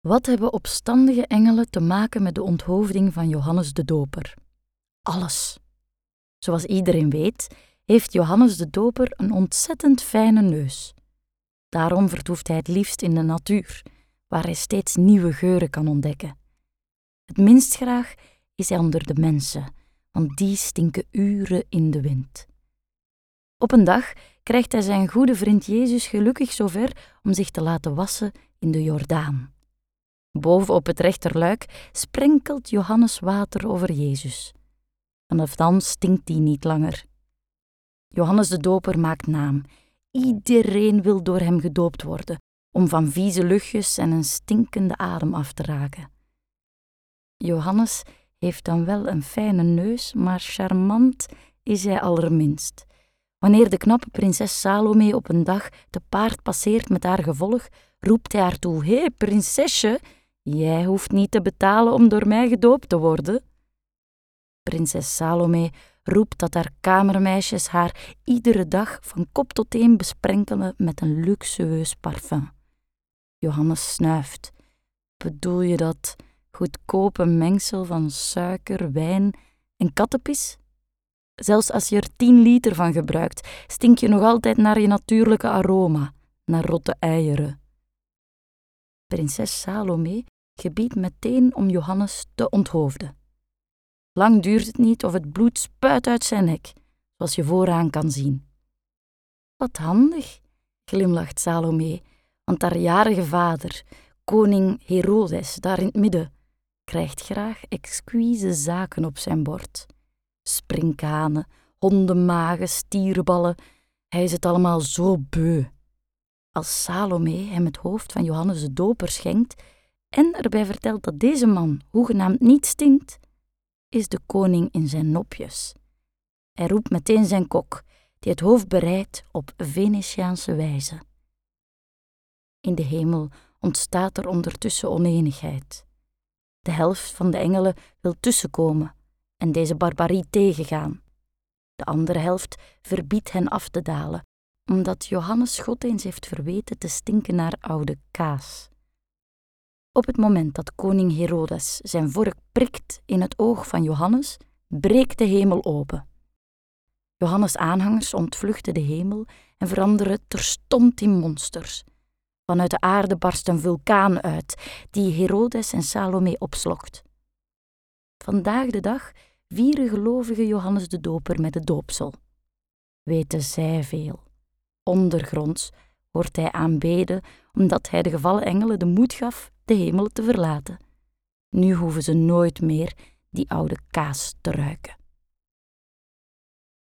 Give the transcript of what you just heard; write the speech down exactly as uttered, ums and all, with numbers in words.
Wat hebben opstandige engelen te maken met de onthoofding van Johannes de Doper? Alles. Zoals iedereen weet, heeft Johannes de Doper een ontzettend fijne neus. Daarom vertoeft hij het liefst in de natuur, waar hij steeds nieuwe geuren kan ontdekken. Het minst graag is hij onder de mensen, want die stinken uren in de wind. Op een dag krijgt hij zijn goede vriend Jezus gelukkig zover om zich te laten wassen in de Jordaan. Boven op het rechterluik sprenkelt Johannes water over Jezus. Vanaf dan stinkt hij niet langer. Johannes de Doper maakt naam. Iedereen wil door hem gedoopt worden, om van vieze luchtjes en een stinkende adem af te raken. Johannes heeft dan wel een fijne neus, maar charmant is hij allerminst. Wanneer de knappe prinses Salome op een dag te paard passeert met haar gevolg, roept hij haar toe: "Hé, prinsesje, jij hoeft niet te betalen om door mij gedoopt te worden." Prinses Salome roept dat haar kamermeisjes haar iedere dag van kop tot teen besprenkelen met een luxueus parfum. Johannes snuift. Bedoel je dat goedkope mengsel van suiker, wijn en kattenpis? Zelfs als je er tien liter van gebruikt, stink je nog altijd naar je natuurlijke aroma, naar rotte eieren. Prinses Salome gebiedt meteen om Johannes te onthoofden. Lang duurt het niet of het bloed spuit uit zijn nek, zoals je vooraan kan zien. Wat handig, glimlacht Salome, want haar jarige vader, koning Herodes, daar in het midden, krijgt graag exquise zaken op zijn bord. Sprinkhanen, hondenmagen, stierenballen, hij is het allemaal zo beu. Als Salome hem het hoofd van Johannes de Doper schenkt en erbij vertelt dat deze man hoegenaamd niet stinkt, is de koning in zijn nopjes. Hij roept meteen zijn kok, die het hoofd bereidt op Venetiaanse wijze. In de hemel ontstaat er ondertussen oneenigheid. De helft van de engelen wil tussenkomen en deze barbarie tegengaan. De andere helft verbiedt hen af te dalen, omdat Johannes God eens heeft verweten te stinken naar oude kaas. Op het moment dat koning Herodes zijn vork prikt in het oog van Johannes, breekt de hemel open. Johannes' aanhangers ontvluchten de hemel en veranderen terstond in monsters. Vanuit de aarde barst een vulkaan uit, die Herodes en Salome opslokt. Vandaag de dag vieren gelovigen Johannes de Doper met de doopsel. Weten zij veel. Ondergronds wordt hij aanbeden, omdat hij de gevallen engelen de moed gaf de hemel te verlaten. Nu hoeven ze nooit meer die oude kaas te ruiken.